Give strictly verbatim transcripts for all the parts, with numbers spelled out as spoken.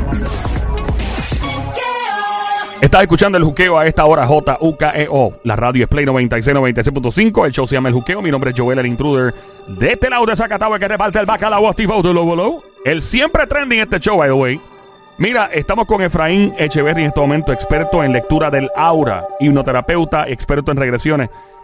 Estás escuchando El Juqueo a esta hora, J U K E O. La radio es Play noventa y seis, noventa y seis punto cinco. El show se llama El Juqueo. Mi nombre es Joel, el intruder. De este lado de Zacatau, que reparte el bacalao, Steve Autolobolo. El siempre trending este show, by the way. Mira, estamos con Efraín Echeverry en este momento, experto en lectura del aura, hipnoterapeuta, experto en regresiones.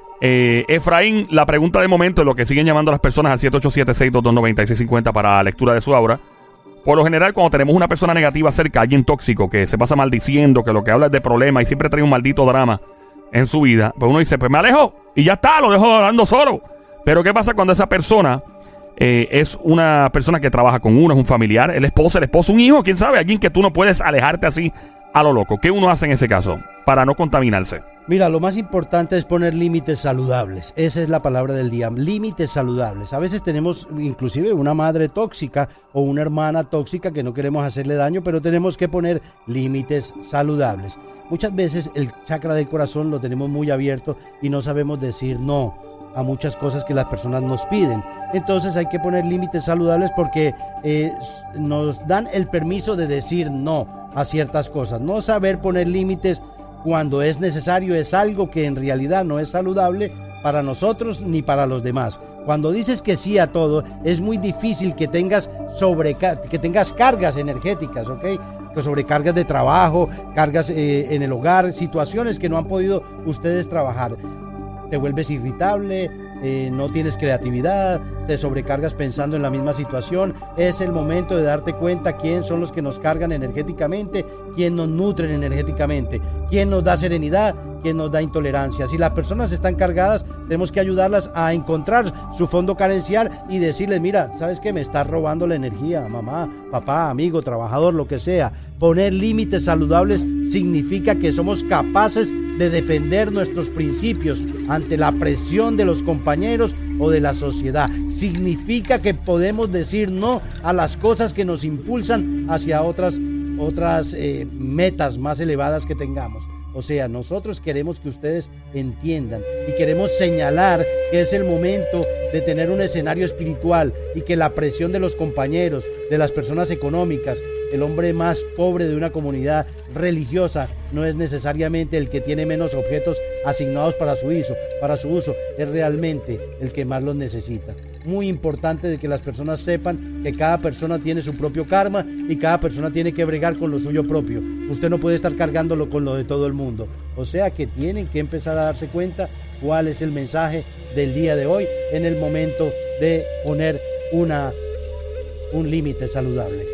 Eh, Efraín, la pregunta de momento es lo que siguen llamando a las personas al siete ocho siete, seis dos dos, nueve seis cinco cero para la lectura de su aura. Por lo general, cuando tenemos una persona negativa cerca, alguien tóxico que se pasa maldiciendo, que lo que habla es de problemas y siempre trae un maldito drama en su vida, pues uno dice, pues me alejo y ya está, lo dejo hablando solo. Pero ¿qué pasa cuando esa persona eh, es una persona que trabaja con uno, es un familiar, el esposo, el esposo, un hijo, quién sabe, alguien que tú no puedes alejarte así a lo loco? ¿Qué uno hace en ese caso para no contaminarse? Mira, lo más importante es poner límites saludables. Esa es la palabra del día, límites saludables. A veces tenemos inclusive una madre tóxica o una hermana tóxica que no queremos hacerle daño, pero tenemos que poner límites saludables. Muchas veces el chakra del corazón lo tenemos muy abierto y no sabemos decir no a muchas cosas que las personas nos piden. Entonces hay que poner límites saludables porque eh, nos dan el permiso de decir no a ciertas cosas. No saber poner límites cuando es necesario es algo que en realidad no es saludable para nosotros ni para los demás. Cuando dices que sí a todo, es muy difícil que tengas sobrecar- que tengas cargas energéticas, ¿ok? Que sobrecargas de trabajo, cargas eh, en el hogar, situaciones que no han podido ustedes trabajar. Te vuelves irritable, eh, no tienes creatividad, te sobrecargas pensando en la misma situación. Es el momento de darte cuenta quién son los que nos cargan energéticamente, quién nos nutren energéticamente, quién nos da serenidad, quién nos da intolerancia. Si las personas están cargadas, tenemos que ayudarlas a encontrar su fondo carencial y decirles, mira, ¿sabes qué? Me estás robando la energía, mamá, papá, amigo, trabajador, lo que sea. Poner límites saludables significa que somos capaces de defender nuestros principios ante la presión de los compañeros o de la sociedad. Significa que podemos decir no a las cosas que nos impulsan hacia otras, otras eh, metas más elevadas que tengamos. O sea, nosotros queremos que ustedes entiendan y queremos señalar que es el momento de tener un escenario espiritual y que la presión de los compañeros, de las personas económicas, el hombre más pobre de una comunidad religiosa no es necesariamente el que tiene menos objetos asignados para su uso, para su uso, es realmente el que más los necesita. Muy importante de que las personas sepan que cada persona tiene su propio karma y cada persona tiene que bregar con lo suyo propio. Usted no puede estar cargándolo con lo de todo el mundo. O sea que tienen que empezar a darse cuenta cuál es el mensaje del día de hoy en el momento de poner una, un límite saludable.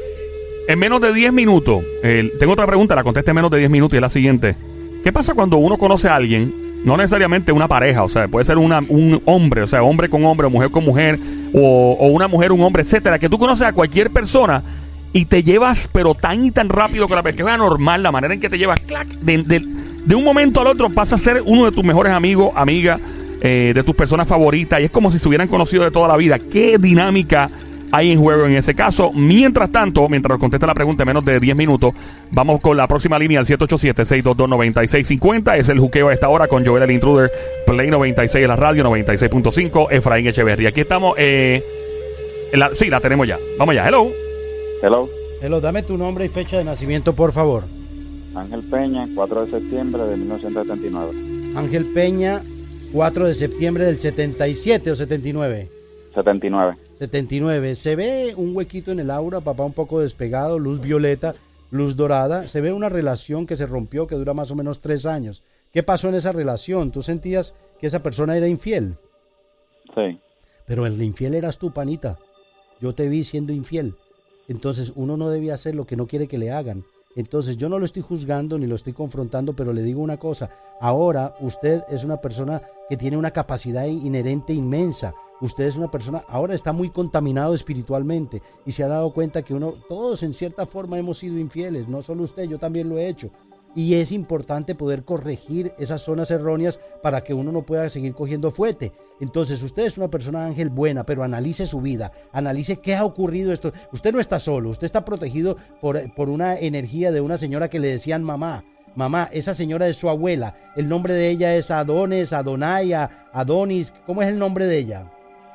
En menos de diez minutos, eh, tengo otra pregunta, la contesté en menos de diez minutos y es la siguiente. ¿Qué pasa cuando uno conoce a alguien, no necesariamente una pareja, o sea, puede ser una, un hombre, o sea, hombre con hombre, o mujer con mujer, o, o una mujer, un hombre, etcétera, que tú conoces a cualquier persona y te llevas, pero tan y tan rápido que la persona es normal, la manera en que te llevas, clac, de, de, de un momento al otro pasa a ser uno de tus mejores amigos, amiga, eh, de tus personas favoritas, y es como si se hubieran conocido de toda la vida. ¿Qué dinámica hay en juego en ese caso? Mientras tanto, mientras nos contesta la pregunta en menos de diez minutos, vamos con la próxima línea al siete ocho siete, seis dos dos, nueve seis cinco cero. Es el Juqueo a esta hora con Joel el Intruder, Play noventa y seis en la radio, noventa y seis punto cinco, Efraín Echeverry. Aquí estamos, eh, la, sí, la tenemos ya. Vamos allá, hello. Hello. Hello, dame tu nombre y fecha de nacimiento, por favor. Ángel Peña, cuatro de septiembre de mil novecientos setenta y nueve. Ángel Peña, cuatro de septiembre del setenta y siete o setenta y nueve. setenta y nueve. setenta y nueve. Se ve un huequito en el aura, papá un poco despegado, luz violeta, luz dorada. Se ve una relación que se rompió, que dura más o menos tres años. ¿Qué pasó en esa relación? ¿Tú sentías que esa persona era infiel? Sí. Pero el infiel eras tú, panita. Yo te vi siendo infiel. Entonces uno no debe hacer lo que no quiere que le hagan. Entonces yo no lo estoy juzgando ni lo estoy confrontando, pero le digo una cosa. Ahora usted es una persona que tiene una capacidad inherente inmensa. Usted es una persona, ahora está muy contaminado espiritualmente y se ha dado cuenta que uno, todos en cierta forma hemos sido infieles, no solo usted, yo también lo he hecho. Y es importante poder corregir esas zonas erróneas para que uno no pueda seguir cogiendo fuete. Entonces, usted es una persona, Ángel, buena, pero analice su vida, analice qué ha ocurrido esto. Usted no está solo, usted está protegido por, por una energía de una señora que le decían mamá. Mamá, esa señora es su abuela. El nombre de ella es Adonis, Adonai, Adonis. ¿Cómo es el nombre de ella?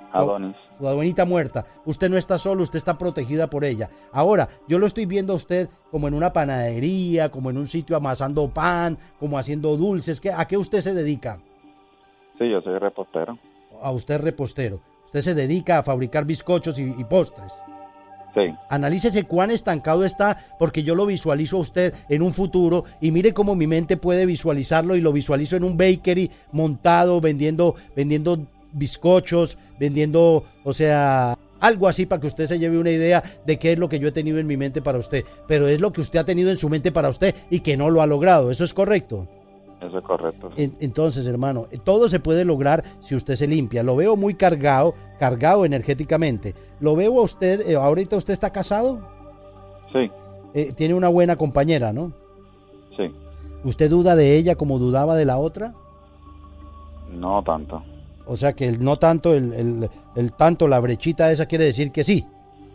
Adonis. Su abuelita muerta. Usted no está solo, usted está protegida por ella. Ahora, yo lo estoy viendo a usted como en una panadería, como en un sitio amasando pan, como haciendo dulces. ¿Qué, ¿A qué usted se dedica? Sí, yo soy repostero. A usted es repostero. Usted se dedica a fabricar bizcochos y, y postres. Sí. Analícese cuán estancado está, porque yo lo visualizo a usted en un futuro y mire cómo mi mente puede visualizarlo, y lo visualizo en un bakery montado, vendiendo, vendiendo bizcochos, vendiendo, o sea, algo así, para que usted se lleve una idea de qué es lo que yo he tenido en mi mente para usted. Pero es lo que usted ha tenido en su mente para usted y que no lo ha logrado. ¿Eso es correcto? Eso es correcto. En, entonces, hermano, todo se puede lograr si usted se limpia. Lo veo muy cargado, cargado energéticamente. Lo veo a usted, eh, ahorita usted está casado. Sí. Eh, tiene una buena compañera, ¿no? Sí. ¿Usted duda de ella como dudaba de la otra? No tanto. O sea que el no tanto, el, el, el tanto, la brechita esa quiere decir que sí.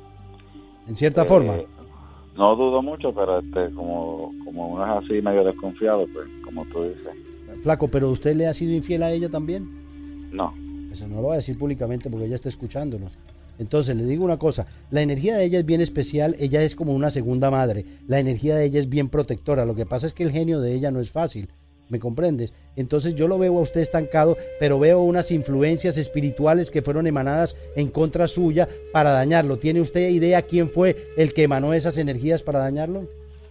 En cierta Eh, forma. No dudo mucho, pero este, como, como uno es así medio desconfiado, pues, como tú dices. Flaco, ¿pero usted le ha sido infiel a ella también? No. Eso no lo va a decir públicamente porque ella está escuchándonos. Entonces, le digo una cosa, la energía de ella es bien especial, ella es como una segunda madre, la energía de ella es bien protectora, lo que pasa es que el genio de ella no es fácil, ¿me comprendes? Entonces yo lo veo a usted estancado, pero veo unas influencias espirituales que fueron emanadas en contra suya para dañarlo. ¿Tiene usted idea quién fue el que emanó esas energías para dañarlo?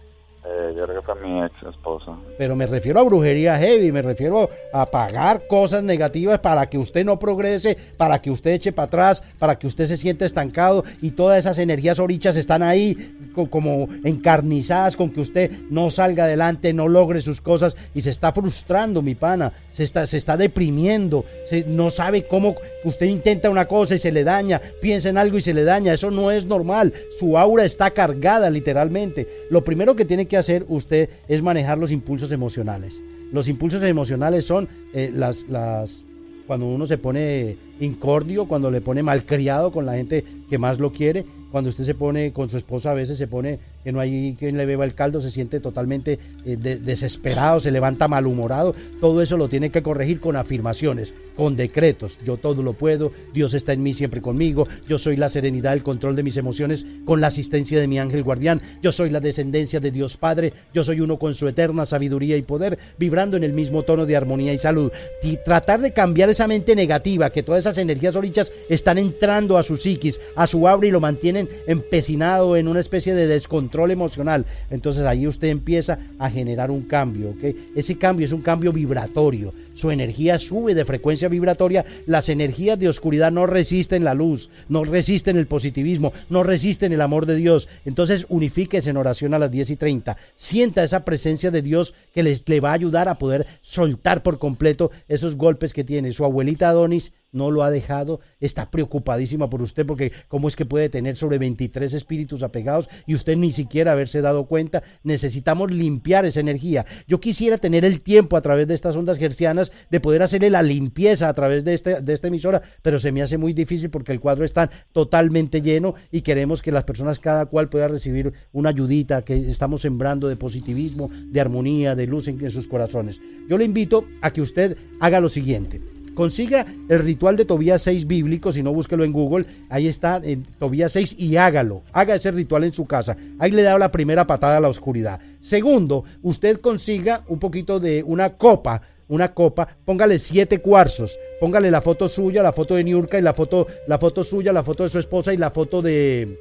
Eh, yo creo que fue mi ex esposa. Pero me refiero a brujería heavy, me refiero a pagar cosas negativas para que usted no progrese, para que usted eche para atrás, para que usted se sienta estancado, y todas esas energías orichas están ahí co- como encarnizadas con que usted no salga adelante, no logre sus cosas, y se está frustrando, mi pana, se está, se está deprimiendo, se, no sabe cómo. Usted intenta una cosa y se le daña, piensa en algo y se le daña. Eso no es normal, su aura está cargada literalmente. Lo primero que tiene que hacer usted es manejar los impulsos emocionales. Los impulsos emocionales son eh, las, las cuando uno se pone incordio, cuando le pone malcriado con la gente que más lo quiere, cuando usted se pone con su esposa, a veces se pone que no hay quien le beba el caldo, se siente totalmente eh, de, desesperado, se levanta malhumorado. Todo eso lo tiene que corregir con afirmaciones, con decretos. Yo todo lo puedo, Dios está en mí, siempre conmigo, yo soy la serenidad, el control de mis emociones con la asistencia de mi ángel guardián, yo soy la descendencia de Dios Padre, yo soy uno con su eterna sabiduría y poder, vibrando en el mismo tono de armonía y salud. Y tratar de cambiar esa mente negativa, que todas esas energías orichas están entrando a su psiquis, a su aura, y lo mantienen empecinado en una especie de descontrol emocional. Entonces ahí usted empieza a generar un cambio, ¿ok? Ese cambio es un cambio vibratorio. Su energía sube de frecuencia vibratoria. Las energías de oscuridad no resisten la luz, no resisten el positivismo, no resisten el amor de Dios. Entonces unifíquese en oración a las diez y treinta. Sienta esa presencia de Dios que les, le va a ayudar a poder soltar por completo esos golpes que tiene. Su abuelita Adonis no lo ha dejado, está preocupadísima por usted, porque cómo es que puede tener sobre veintitrés espíritus apegados y usted ni siquiera haberse dado cuenta. Necesitamos limpiar esa energía. Yo quisiera tener el tiempo a través de estas ondas hercianas de poder hacerle la limpieza a través de, este, de esta emisora, pero se me hace muy difícil porque el cuadro está totalmente lleno y queremos que las personas, cada cual pueda recibir una ayudita que estamos sembrando de positivismo, de armonía, de luz en, en sus corazones. Yo le invito a que usted haga lo siguiente. Consiga el ritual de Tobías seis bíblico, si no, búsquelo en Google, ahí está en Tobías seis, y hágalo, haga ese ritual en su casa. Ahí le da la primera patada a la oscuridad. Segundo, usted consiga un poquito de una copa, una copa, póngale siete cuarzos, póngale la foto suya, la foto de Niurka, y la foto, la foto suya, la foto de su esposa, y la foto de,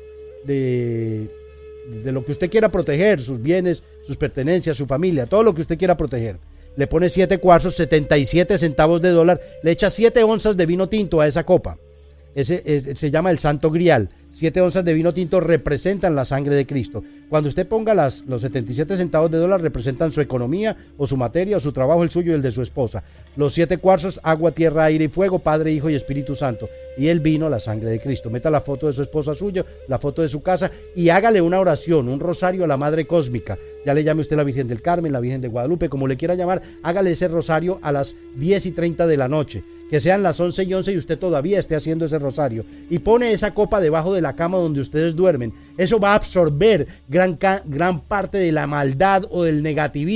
de, de lo que usted quiera proteger, sus bienes, sus pertenencias, su familia, todo lo que usted quiera proteger. Le pone siete cuarzos, setenta y siete centavos de dólar, le echa siete onzas de vino tinto a esa copa. Ese es, se llama el Santo Grial. siete onzas de vino tinto representan la sangre de Cristo. Cuando usted ponga las, los setenta y siete centavos de dólar, representan su economía, o su materia, o su trabajo, el suyo y el de su esposa. Los siete cuarzos, agua, tierra, aire y fuego, Padre, Hijo y Espíritu Santo. Y el vino, la sangre de Cristo. Meta la foto de su esposa suya, la foto de su casa, y hágale una oración, un rosario a la Madre Cósmica. Ya le llame usted la Virgen del Carmen, la Virgen de Guadalupe, como le quiera llamar. Hágale ese rosario a las diez y treinta de la noche. Que sean las once y once y usted todavía esté haciendo ese rosario. Y pone esa copa debajo de la cama donde ustedes duermen. Eso va a absorber gran, gran parte de la maldad o del negativismo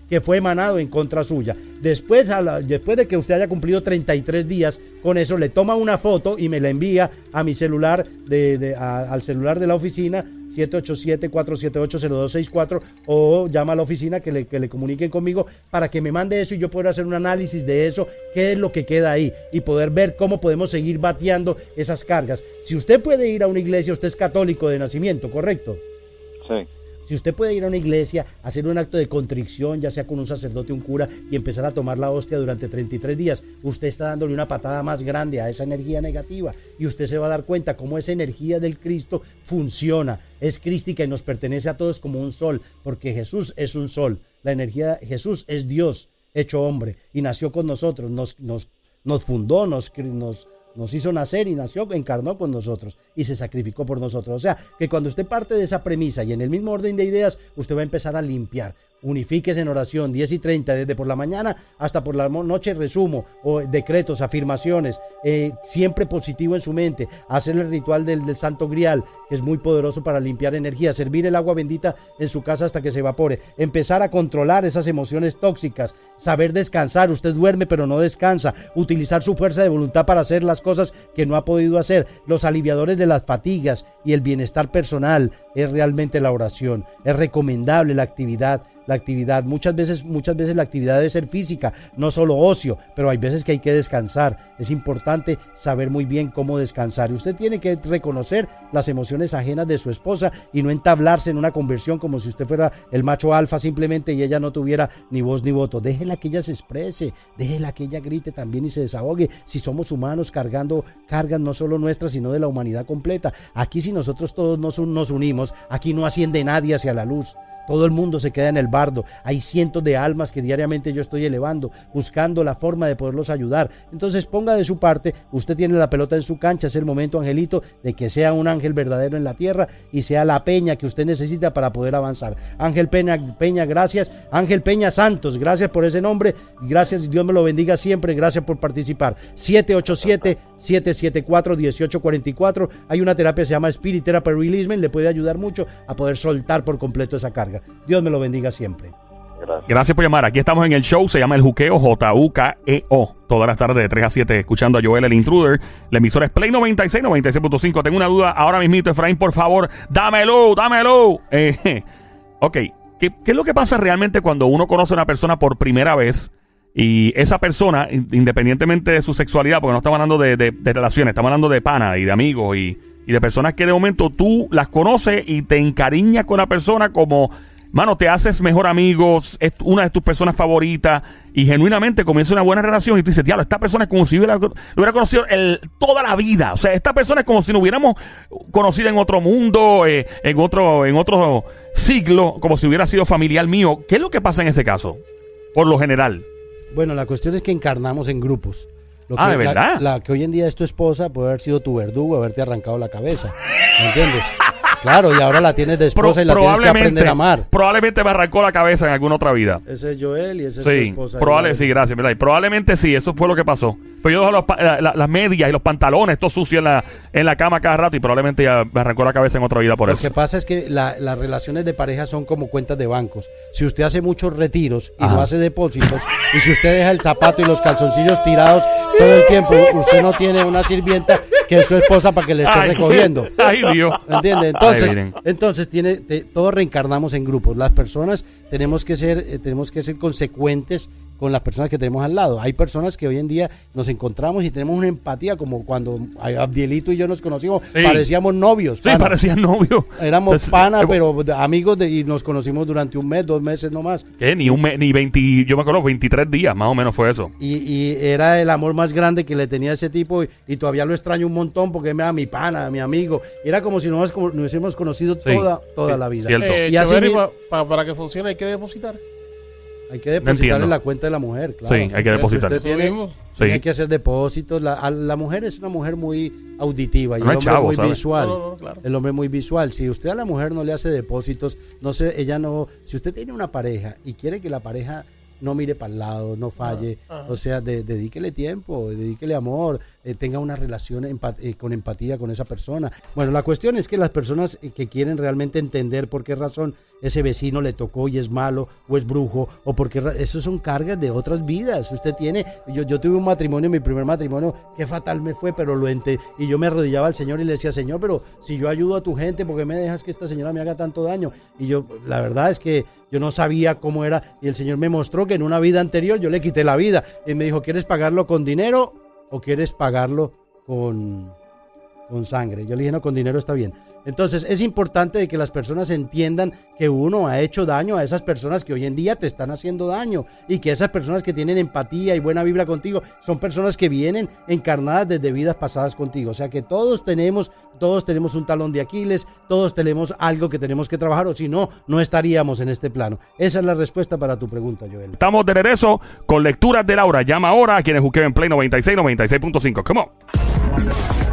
que fue emanado en contra suya. Después, a la, después de que usted haya cumplido treinta y tres días con eso, le toma una foto y me la envía a mi celular, de, de, a, al celular de la oficina, siete ocho siete, cuatro siete ocho, cero dos seis cuatro, o llama a la oficina que le, que le comuniquen conmigo para que me mande eso y yo pueda hacer un análisis de eso, qué es lo que queda ahí y poder ver cómo podemos seguir bateando esas cargas. Si usted puede ir a una iglesia, usted es católico de nacimiento, ¿correcto? Sí. Si usted puede ir a una iglesia, hacer un acto de contrición, ya sea con un sacerdote o un cura, y empezar a tomar la hostia durante treinta y tres días, usted está dándole una patada más grande a esa energía negativa y usted se va a dar cuenta cómo esa energía del Cristo funciona, es crística y nos pertenece a todos como un sol, porque Jesús es un sol, la energía de Jesús es Dios hecho hombre y nació con nosotros, nos, nos, nos fundó, nos, nos Nos hizo nacer y nació, encarnó con nosotros y se sacrificó por nosotros. O sea, que cuando usted parte de esa premisa y en el mismo orden de ideas, usted va a empezar a limpiar. Unifíquese en oración, diez y treinta, desde por la mañana hasta por la noche, resumo, o decretos, afirmaciones, eh, siempre positivo en su mente, hacer el ritual del, del Santo Grial, que es muy poderoso para limpiar energía, servir el agua bendita en su casa hasta que se evapore, empezar a controlar esas emociones tóxicas, saber descansar, usted duerme pero no descansa, utilizar su fuerza de voluntad para hacer las cosas que no ha podido hacer, los aliviadores de las fatigas y el bienestar personal, es realmente la oración, es recomendable la actividad, la actividad, muchas veces, muchas veces la actividad debe ser física, no solo ocio, pero hay veces que hay que descansar, es importante saber muy bien cómo descansar, y usted tiene que reconocer las emociones ajenas de su esposa y no entablarse en una conversión como si usted fuera el macho alfa simplemente y ella no tuviera ni voz ni voto, déjela que ella se exprese, déjela que ella grite también y se desahogue, si somos humanos cargando cargas no solo nuestras sino de la humanidad completa, aquí si nosotros todos nos, nos unimos, aquí no asciende nadie hacia la luz. Todo el mundo se queda en el bardo, hay cientos de almas que diariamente yo estoy elevando, buscando la forma de poderlos ayudar, entonces ponga de su parte, usted tiene la pelota en su cancha, es el momento, Angelito, de que sea un ángel verdadero en la tierra y sea la peña que usted necesita para poder avanzar. Ángel Peña, Peña, gracias, Ángel Peña Santos, gracias por ese nombre, gracias, Dios me lo bendiga siempre, gracias por participar. siete ocho siete, siete siete cuatro, uno ocho cuatro cuatro, hay una terapia que se llama Spirit Therapy Releasement, le puede ayudar mucho a poder soltar por completo esa carga. Dios me lo bendiga siempre. Gracias. Gracias por llamar. Aquí estamos en el show. Se llama El Juqueo, J U K E O. Todas las tardes de tres a siete escuchando a Joel el Intruder. La emisora es Play noventa y seis, noventa y seis punto cinco. Tengo una duda ahora mismito, Efraín, por favor. Dámelo, dámelo. Eh, ok. ¿Qué, ¿Qué es lo que pasa realmente cuando uno conoce a una persona por primera vez? Y esa persona, independientemente de su sexualidad, porque no estamos hablando de, de, de relaciones, estamos hablando de pana y de amigos y, y de personas que de momento tú las conoces y te encariñas con la persona como... Mano, te haces mejor amigo, es una de tus personas favoritas y genuinamente comienza una buena relación y tú dices, diablo, esta persona es como si hubiera, lo hubiera conocido el, toda la vida. O sea, esta persona es como si nos hubiéramos conocido en otro mundo, eh, en otro en otro siglo, como si hubiera sido familiar mío. ¿Qué es lo que pasa en ese caso? Por lo general. Bueno, la cuestión es que encarnamos en grupos. Lo ah, que, ¿de verdad? La, la que hoy en día es tu esposa puede haber sido tu verdugo, haberte arrancado la cabeza. ¿Me entiendes? Claro, y ahora la tienes de esposa Pro, y la tienes que aprender a amar. Probablemente me arrancó la cabeza en alguna otra vida. Ese es Joel y ese sí, es su esposa. Probable, sí, gracias, ¿verdad? Y probablemente sí, eso fue lo que pasó. Pero yo dejo los, la, la, las medias y los pantalones, todo sucio en la, en la cama cada rato y probablemente ya me arrancó la cabeza en otra vida por lo eso. Lo que pasa es que la, las relaciones de pareja son como cuentas de bancos. Si usted hace muchos retiros y Ajá. no hace depósitos, y si usted deja el zapato y los calzoncillos tirados todo el tiempo, usted no tiene una sirvienta que es su esposa para que le esté ay, recogiendo. Ay, Dios. ¿Entiende? Entonces, ay, entonces tiene, te, todos reencarnamos en grupos. Las personas tenemos que ser, eh, tenemos que ser consecuentes con las personas que tenemos al lado. Hay personas que hoy en día nos encontramos y tenemos una empatía, como cuando Abdielito y yo nos conocimos, sí. parecíamos novios. Sí, parecían novios. Éramos Entonces, pana, eh, pero amigos de, y nos conocimos durante un mes, dos meses nomás. ¿Qué? Ni un mes, ni veinte, yo me acuerdo, veintitrés días, más o menos fue eso. Y, y era el amor más grande que le tenía a ese tipo y, y todavía lo extraño un montón porque era mi pana, mi amigo. Era como si nos, nos hubiésemos conocido sí, toda, toda sí, la vida. Eh, y así para, para, para que funcione hay que depositar. Hay que depositar en la cuenta de la mujer, claro. Sí, hay que depositar. Si usted tiene, sí. Hay que hacer depósitos. La, la mujer es una mujer muy auditiva y no el hombre chavo, muy ¿sabes? visual. No, no, no, claro. El hombre muy visual. Si usted a la mujer no le hace depósitos, no sé, ella no. Si usted tiene una pareja y quiere que la pareja no mire para el lado, no falle, ah, ah. o sea, de, dedíquele tiempo, dedíquele amor, eh, tenga una relación empat eh, con empatía con esa persona. Bueno, la cuestión es que las personas que quieren realmente entender por qué razón ese vecino le tocó y es malo, o es brujo, o porque eso son cargas de otras vidas. Usted tiene, yo, yo tuve un matrimonio, mi primer matrimonio, qué fatal me fue, pero lo ente, y yo me arrodillaba al Señor y le decía, Señor, pero si yo ayudo a tu gente, ¿por qué me dejas que esta señora me haga tanto daño? Y yo, la verdad es que yo no sabía cómo era, y el Señor me mostró que en una vida anterior yo le quité la vida, y me dijo, ¿quieres pagarlo con dinero o quieres pagarlo con, con sangre? Yo le dije, no, con dinero está bien. Entonces es importante de que las personas entiendan que uno ha hecho daño a esas personas que hoy en día te están haciendo daño, y que esas personas que tienen empatía y buena vibra contigo son personas que vienen encarnadas desde vidas pasadas contigo. O sea que todos tenemos, todos tenemos un talón de Aquiles, todos tenemos algo que tenemos que trabajar, o si no, no estaríamos en este plano. Esa es la respuesta para tu pregunta, Joel. Estamos de regreso con lecturas de Laura. Llama ahora a quienes juqueen en Play noventa y seis, noventa y seis punto cinco. Come on.